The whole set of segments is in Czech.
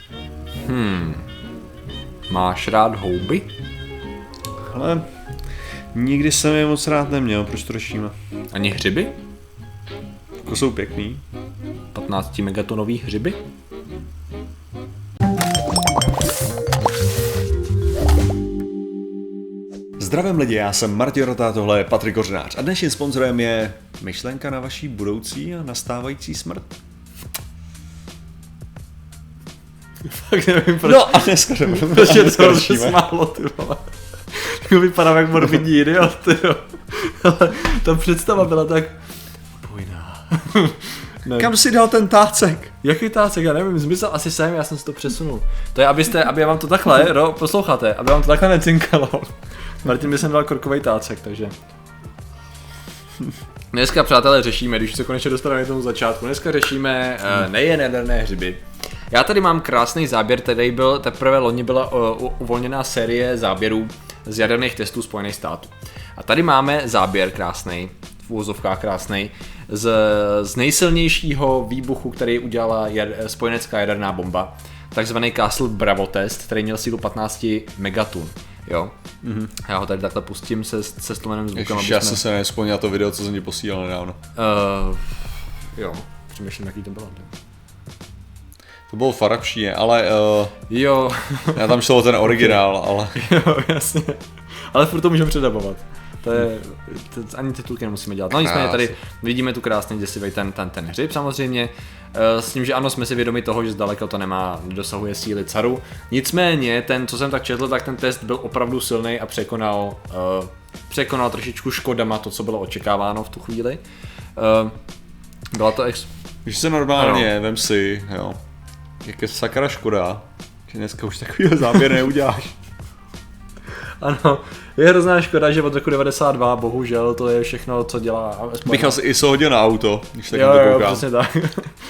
Máš rád houby? Ale nikdy jsem je moc rád neměl, proč to řešíme? Ani hřiby? Jako jsou pěkný. 15 megatonový hřiby? Zdravím lidi, já jsem Martin Rota, tohle je Patrik Kořenář a dnešním sponzorem je myšlenka na vaší budoucí a nastávající smrt. Fakt nevím proč. No a dneska to se smálo, ty vole. Vypadám jak morbidní idiot, ty jo. Ale ta představa byla tak bojná. Kam jsi dal ten tácek? Jaký tácek? Já nevím, zmizel asi sem, já jsem si to přesunul. To je, aby vám to takhle, posloucháte, aby vám to takhle necinkalo. Martin by sem dal korkovej tácek, takže... Dneska, přátelé, řešíme, když se konečně dostaneme k tomu začátku, dneska řešíme nejen jaderné hřiby. Já tady mám krásný záběr, tady byl, teprve loni byla uvolněná série záběrů z jaderných testů Spojených států. A tady máme záběr krásný, v úvozovkách krásný, z nejsilnějšího výbuchu, který udělala spojenecká jaderná bomba, takzvaný Castle Bravo test, který měl sílu 15 megatun. Jo. Mm-hmm. Já ho tady takhle pustím se stlumeným zvukem. Já jsem se nevzpomněl to video, co jsem ti posílal nedávno. Jo, přemýšlím, jaký to bylo. To bylo farabší, ale jo. Já tam šel o ten originál, ale... Jo, jasně. Ale furt to můžeme předabovat. Ani titulky nemusíme dělat. No nicméně tady vidíme tu krásný děsivý ten hřib samozřejmě. S tím, že ano, jsme si vědomi toho, že zdaleka to nedosahuje síly caru. Nicméně, co jsem tak četl, tak ten test byl opravdu silný a překonal trošičku škodama to, co bylo očekáváno v tu chvíli. Byla to Když se normálně, vem si, jo, jak je sakra škoda, že dneska už takovýhle záběr neuděláš. Ano, je hrozná škoda, že od roku 92, bohužel, to je všechno, co dělá. Bych asi i hodil na auto, když tak na to koukám. Jo, přesně tak.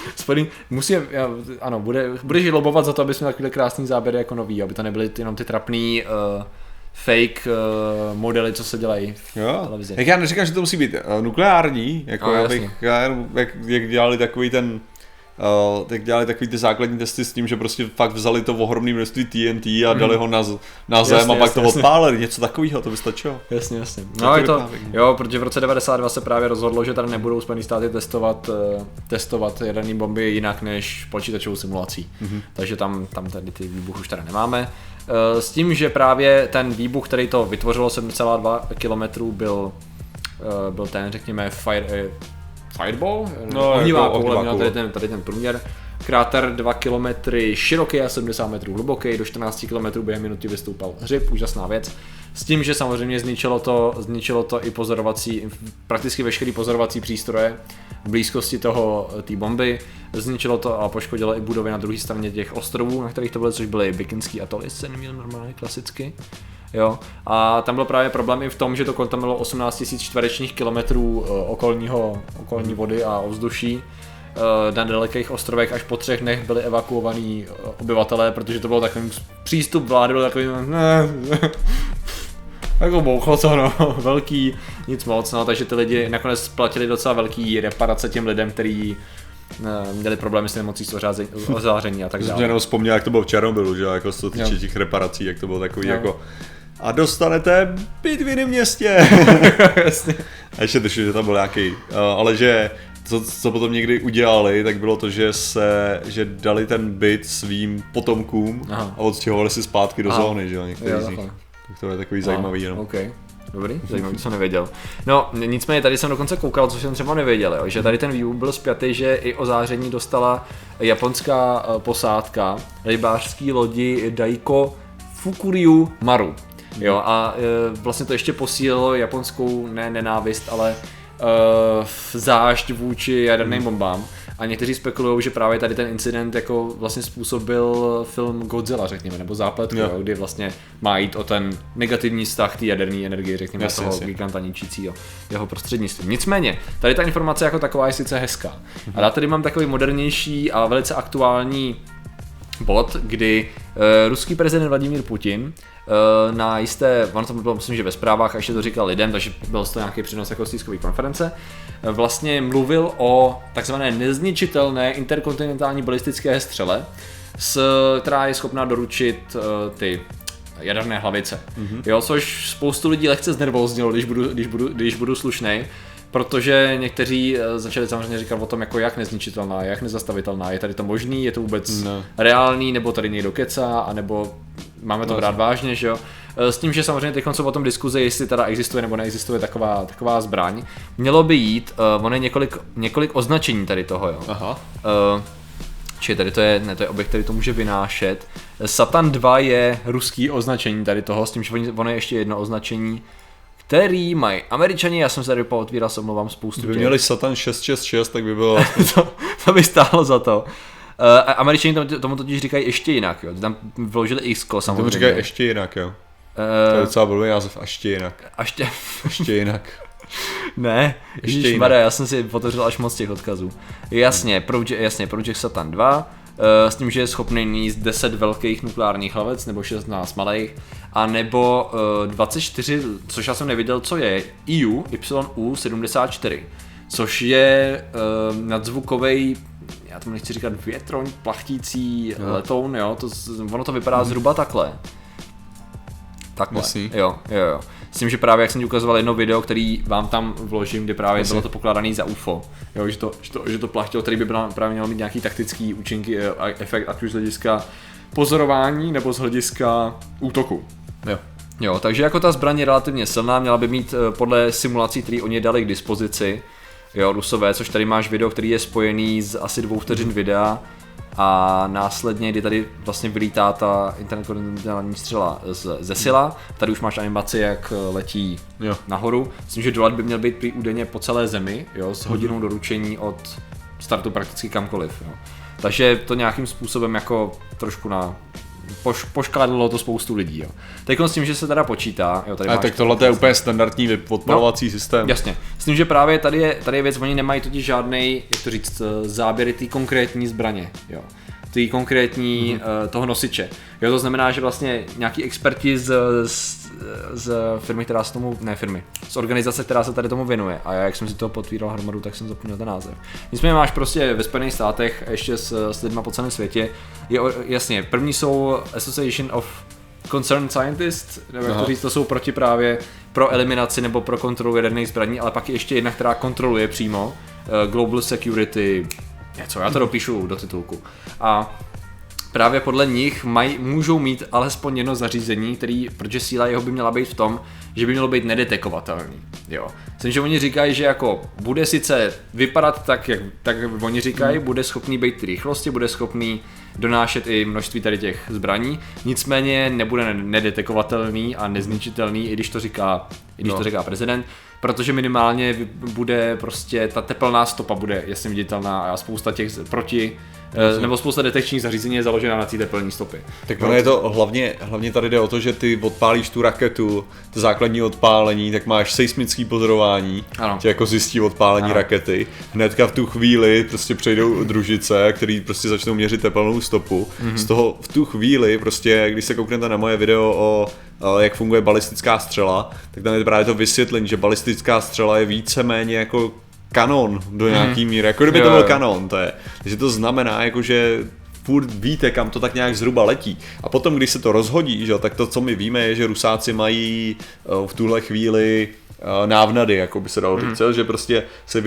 Budeš lobovat za to, aby jsme takovýhle krásný záběry jako nový, aby to nebyly jenom ty trapný fake modely, co se dělají v televizi. Jak já neříkám, že to musí být nukleární, jako jak dělali takový ten... tak dělali takový ty základní testy s tím, že prostě fakt vzali to ohromné množství TNT a dali ho na zem a pak to odpálili, něco takového, to by stačilo. Jasně. No je to, jo, protože v roce 92 se právě rozhodlo, že tady nebudou Spojené státy testovat jaderné bomby jinak než počítačovou simulací. Mm-hmm. Takže tam tady ty výbuchy už tady nemáme. S tím, že právě ten výbuch, který to vytvořilo 7,2 km byl ten, řekněme, Fireball? Ohnivá koule měla tady ten průměr. Kráter 2 km široký a 70 metrů hluboký, do 14 km během minuty vystoupal hřib, úžasná věc. S tím, že samozřejmě zničilo to i prakticky veškerý pozorovací přístroje v blízkosti té bomby. Zničilo to a poškodilo i budovy na druhé straně těch ostrovů, na kterých to byly, což byly Bikínský atoly, se neměl normálně klasicky. Jo. A tam byl právě problém i v tom, že to kontaminovalo 18 000 čtverečních kilometrů okolní vody a ovzduší. Na dalekých ostrovech až po 3 dnech byli evakuovaní obyvatelé, protože to bylo takový přístup vlády, byl takový jako bouchlo to, no, velký, nic moc, no, takže ty lidi nakonec platili docela velký reparace těm lidem, kteří měli problémy s nemocí z ozáření a tak dále. Jsem jenom vzpomněl, jak to bylo v Černobylu, že jako se to týče těch reparací, jak to bylo takový jako a dostanete byt v jiném městě. Jasně. A ještě tuším, že tam byl nějaký, ale že co potom někdy udělali, tak bylo to, že dali ten byt svým potomkům a odstěhovali si zpátky do zóny, že jo, některý z nich. Tak to je takový zajímavý jenom. Okay. Dobrý, zajímavý, co jsem nevěděl. No, nicméně tady jsem dokonce koukal, co jsem třeba nevěděl, jo, že tady ten výbuch byl spjatý, že i ozáření dostala japonská posádka rybářský lodi Daiko Fukuryu Maru. Jo, a vlastně to ještě posílilo japonskou nenávist, ale zášť vůči jaderným bombám. A někteří spekulují, že právě tady ten incident jako vlastně způsobil film Godzilla, řekněme, nebo Zápletku, kdy vlastně má jít o ten negativní vztah té jaderné energie, řekněme, toho giganta ničícího jeho prostřednictvím. Nicméně, tady ta informace jako taková je sice hezká. A já tady mám takový modernější a velice aktuální bod, kdy ruský prezident Vladimír Putin na jisté, ono to bylo myslím, že ve zprávách a ještě to říkal lidem, takže byl to nějaký přenos jako z tiskové konference, vlastně mluvil o takzvané nezničitelné interkontinentální balistické střele, která je schopná doručit ty jaderné hlavice. Jo, což spoustu lidí lehce znervóznilo, když budu slušnej, protože někteří začali samozřejmě říkat o tom, jako jak nezničitelná, jak nezastavitelná, je tady to možný, je to vůbec reálný, nebo tady někdo kecá, anebo máme to brát vážně, že jo. S tím, že samozřejmě teď jsou o tom diskuze, jestli teda existuje nebo neexistuje taková zbraň. Mělo by jít, ono je několik označení tady toho, jo. Aha. Čili tady to je objekt, který to může vynášet. Satan 2 je ruský označení tady toho, s tím, že ono je ještě jedno označení, který mají Američani, já jsem se tady pootvíral, se omlouvám spoustu. Kdyby měli Satan 666, tak by bylo... to by stálo za to. Američani tomu totiž říkají ještě jinak, jo. Tam vložili X-ko samozřejmě. Tomu říkají ještě jinak, jo. To je docela blbý název, ještě jinak. Ještě jinak. Ne, ježišmarja, já jsem si otevřel až moc těch odkazů. Jasně, Project Satan 2, s tím, že je schopný níst 10 velkých nukleárních hlavec nebo 16 malých, a nebo 24, což já jsem neviděl, co je, YU-74, což je nadzvukovej, já tomu nechci říkat větroň, plachtící letoun, jo, ono to vypadá zhruba takhle. Takhle, jo. S tím, že právě jak jsem ti ukazoval jedno video, který vám tam vložím, kde právě bylo to pokládané za UFO, jo, že to plachtilo, který by právě mělo mít nějaký taktický účinky a efekt, ať už z hlediska pozorování nebo z hlediska útoku. Jo, takže jako ta zbraň je relativně silná, měla by mít podle simulací, které oni dali k dispozici, jo, Rusové, což tady máš video, který je spojený z asi 2 vteřin videa, a následně, kdy tady vlastně vylítá ta interkontinentální střela ze Sila, tady už máš animaci, jak letí nahoru. Myslím, že dolet by měl být údajně po celé zemi, jo, s hodinou doručení od startu prakticky kamkoliv. Jo. Takže to nějakým způsobem jako trošku poškádalo to spoustu lidí. Jo. Teď s tím, že se teda počítá. Jo, tady tak tohle je úplně standardní odpalovací systém. Jasně. S tím, že právě tady je věc, oni nemají totiž žádnej, jak to říct, záběry té konkrétní zbraně. Jo. Ty konkrétní toho nosiče. Jo, to znamená, že vlastně nějaký experti z firmy, která se tomu, z organizace, která se tady tomu věnuje. A já, jak jsem si to potvíral hromadu, tak jsem zapomněl ten název. Nicméně máš prostě ve Spojených státech ještě s lidma po celém světě. Jasně, první jsou Association of Concerned Scientists, nebo jak to říct, to jsou proti právě pro eliminaci nebo pro kontrolu jaderných zbraní, ale pak je ještě jedna, která kontroluje přímo Global Security, něco, já to dopíšu do titulku. A právě podle nich můžou mít alespoň jedno zařízení, protože síla jeho by měla být v tom, že by mělo být nedetekovatelný. Jo. Myslím, že oni říkají, že jako bude sice vypadat tak, jak oni říkají, bude schopný být rychlosti, bude schopný donášet i množství tady těch zbraní, nicméně nebude nedetekovatelný a nezničitelný, i když to říká prezident, protože minimálně bude prostě ta tepelná stopa bude jasně viditelná a spousta těch nebo spousta detekčních zařízení je založená na té tepelné stopy. Tak ono je to hlavně tady jde o to, že ty odpálíš tu raketu, to základní odpálení, tak máš seismický pozorování, že jako zjistí odpálení rakety. Hnedka v tu chvíli prostě přejdou družice, který prostě začnou měřit tepelnou stopu. Z toho v tu chvíli prostě, když se kouknete na moje video o jak funguje balistická střela, tak tam je právě to vysvětlení, že balistická střela je víceméně jako kanon do nějaký míry, jako kdyby to byl kanon, to je. Takže to znamená, jako že furt víte, kam to tak nějak zhruba letí. A potom, když se to rozhodí, že, tak to, co my víme, je, že Rusáci mají v tuhle chvíli návnady, jako by se dalo říct, že prostě se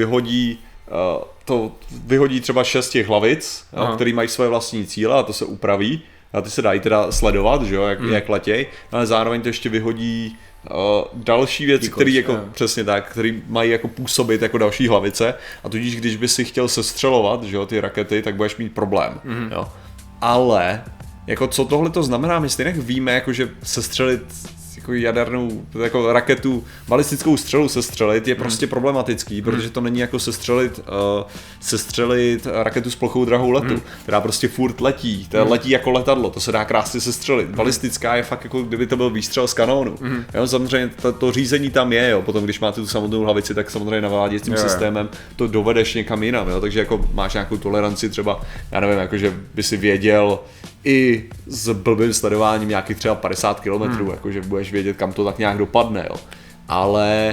vyhodí třeba 6 těch hlavic, který mají svoje vlastní cíle a to se upraví. A ty se dají teda sledovat, že jo, jak letěj, ale zároveň to ještě vyhodí další věci, které jako přesně tak, který mají jako působit jako další hlavice, a tudíž když by si chtěl sestřelovat, že jo, ty rakety, tak budeš mít problém, jo. Ale jako co tohle to znamená, my stejně víme, jako že sestřelit jako jadernou, jako raketu, balistickou střelu sestřelit je prostě problematický, protože to není jako sestřelit raketu s plochou drahou letu, která prostě furt letí, letí jako letadlo, to se dá krásně sestřelit. Balistická je fakt jako kdyby to byl výstřel z kanónu. Jo, samozřejmě to řízení tam je, jo. Potom když máte tu samotnou hlavici, tak samozřejmě naváděcím systémem to dovedeš někam jinam, jo. Takže jako máš nějakou toleranci třeba, já nevím, jako že by si věděl, i s blbým sledováním nějakých třeba 50 km, jakože budeš vědět, kam to tak nějak dopadne, jo. Ale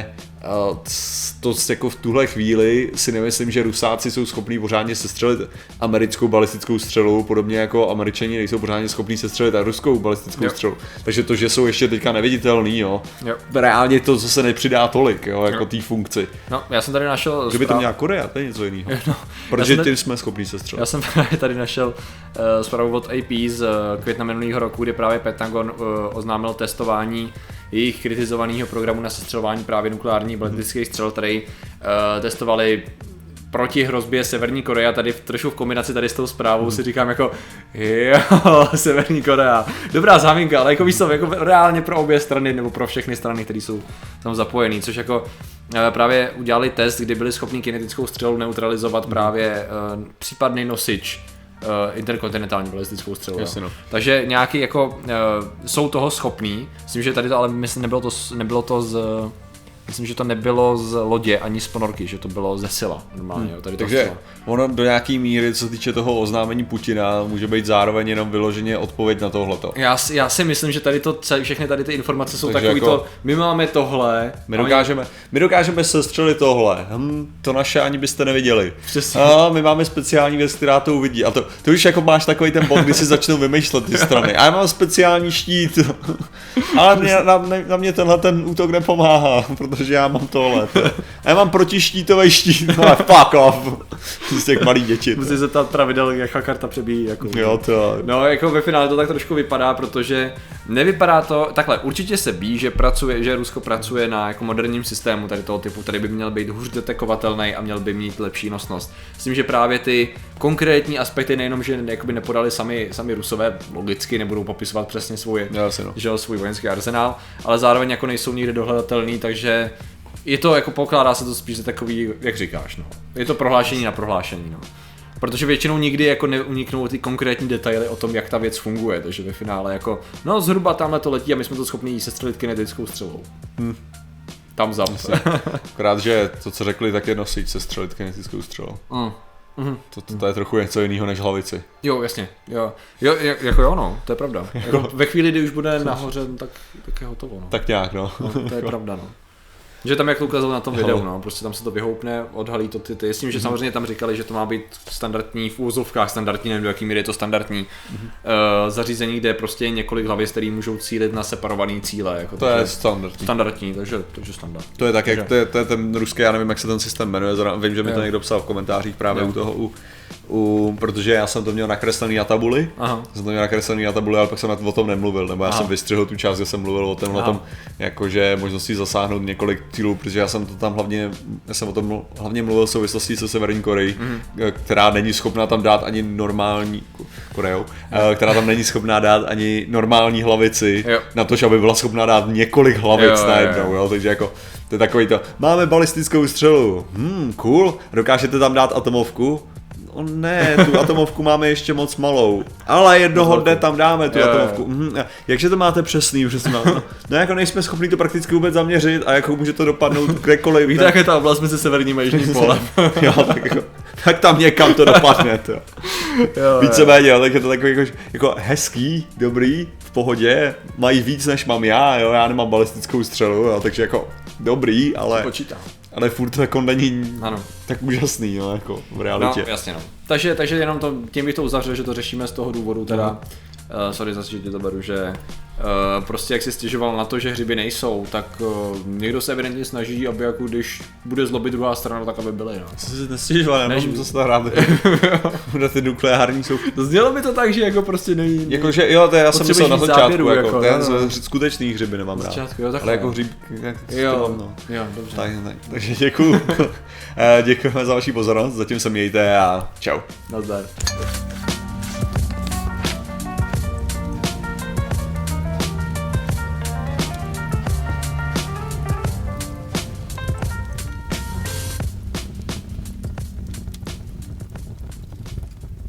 to jako v tuhle chvíli si nemyslím, že Rusáci jsou schopní pořádně sestřelit americkou balistickou střelu, podobně jako Američani nejsou pořádně schopní sestřelit a ruskou balistickou střelu. Takže to, že jsou ještě teďka neviditelný, jo. Reálně to zase nepřidá tolik, jo, jako té funkci. No, já jsem tady našel... Kdyby to měla Korea, to je něco jiného. No, protože tím jsme schopní sestřelit. Já jsem právě tady našel zprávu od AP z května minulého roku, kde právě Pentagon oznámil testování jejich kritizovaného programu na sestřelování právě nukleárních balistických střel, který testovali proti hrozbě Severní Korea. Tady trošku v kombinaci tady s tou zprávou si říkám jako jo, Severní Korea, dobrá záminka, ale jako víš co, jako reálně pro obě strany nebo pro všechny strany, které jsou tam zapojený, což jako právě udělali test, kdy byli schopni kinetickou střelu neutralizovat právě případný nosič interkontinentální balistickou střelu. Jasně, no. Takže nějaký jako jsou toho schopní. Myslím, že tady to, ale myslím, nebylo to z myslím, že to nebylo z lodě ani z ponorky, že to bylo ze sila normálně. Tady takže ono do nějaký míry, co se týče toho oznámení Putina, může být zároveň jenom vyloženě odpověď na tohleto. Já si myslím, že tady to všechny tady ty informace jsou takový jako, to, my máme tohle. My dokážeme sestřelit tohle. To naše ani byste neviděli. Přesně. A my máme speciální věc, která to uvidí. A to už jako máš takový ten bod, kdy si začnou vymýšlet ty strany. A já mám speciální štít. Ale na mě tenhle ten útok nepomáhá, protože já mám tohle. A já mám protištítový štít. No, fuck off. Z těch malých dětí. Musíš se ptát pravidel, jaká karta přebíjí. Jako. Jo, to. No, jako ve finále to tak trošku vypadá, protože nevypadá to takhle. Určitě se ví, že Rusko pracuje na jako moderním systému tady toho typu, který by měl být hůř detekovatelný a měl by mít lepší nosnost. Myslím, že právě ty konkrétní aspekty, nejenom, že jakoby nepodali sami Rusové, logicky nebudou popisovat přesně svůj vojenský arzenál, ale zároveň jako nejsou nikde dohledatelný, takže je to jako pokládá se to spíš za takový, jak říkáš, no. Je to prohlášení na prohlášení, no. Protože většinou nikdy jako neuniknou ty konkrétní detaily o tom, jak ta věc funguje, takže ve finále jako, no zhruba tamhle to letí a my jsme to schopni sestřelit kinetickou střelou. Tam zap. Akorát, že to, co řekli, tak je nosič sestřelit kinetickou střelou. To je trochu něco jiného než hlavici. Jo, jasně. Jo, jako jo, no, to je pravda. Jako ve chvíli, kdy už bude nahoře, tak je hotovo, no. Tak nějak, no. To je pravda, no. Že tam, jak to ukázal na tom videu, no, prostě tam se to vyhoupne, odhalí to ty. S tím, že samozřejmě tam říkali, že to má být standardní, v úvozovkách standardní, nevím do jaký míry je to standardní zařízení, kde prostě je několik hlavic, který můžou cílit na separovaný cíle. Jako, to je standardní. Standardní, takže standard. To je tak, jak to je ten ruský, já nevím, jak se ten systém jmenuje, vím, že mi to někdo psal v komentářích právě u toho, protože já jsem to měl nakreslený na tabuli, ale pak jsem o tom nemluvil, nebo já jsem vystřihl tu část, kde jsem mluvil o tom, jakože možností zasáhnout několik cílů, protože já jsem o tom hlavně mluvil v souvislosti se Severní Koreí, která není schopná tam dát ani normální Koreou, která tam není schopná dát ani normální hlavici, na to, aby byla schopná dát několik hlavic najednou, jo, takže jako to je takový to, máme balistickou střelu, cool, dokážete tam dát atomovku? Ne, tu atomovku máme ještě moc malou, ale jednoho dne tam dáme tu atomovku. Jakže to máte přesný? No jako nejsme schopni to prakticky vůbec zaměřit a jako může to dopadnout kdekoliv. Víte, jak je ta oblast mezi severním a jižním polem? Jo, tak tam někam to dopadne. Víceméně, tak je to takový jako hezký, dobrý, v pohodě, mají víc než mám já nemám balistickou střelu, jo, takže jako dobrý, ale furt to jako není tak úžasný, jo, jako v realitě. No, jasně, no. Takže jenom tím bych to uzavřel, že to řešíme z toho důvodu, teda, sorry zase, že ti to beru, že prostě jak si stěžoval na to, že hřiby nejsou, tak někdo se evidentně snaží, aby jako když bude zlobit druhá strana, tak aby byly, no. Jsem si nestěžoval, nemůžu to snad hrát, ty nukleární jsou. To znělo mi to tak, že jako prostě není. Jakože jo, to já jsem myslel na začátku, jako skutečný hřiby nemám rád. Ale jako hřib, jo, dobře. Takže děkuju. Děkujeme za vaši pozornost, zatím se mějte a čau. Nazdar.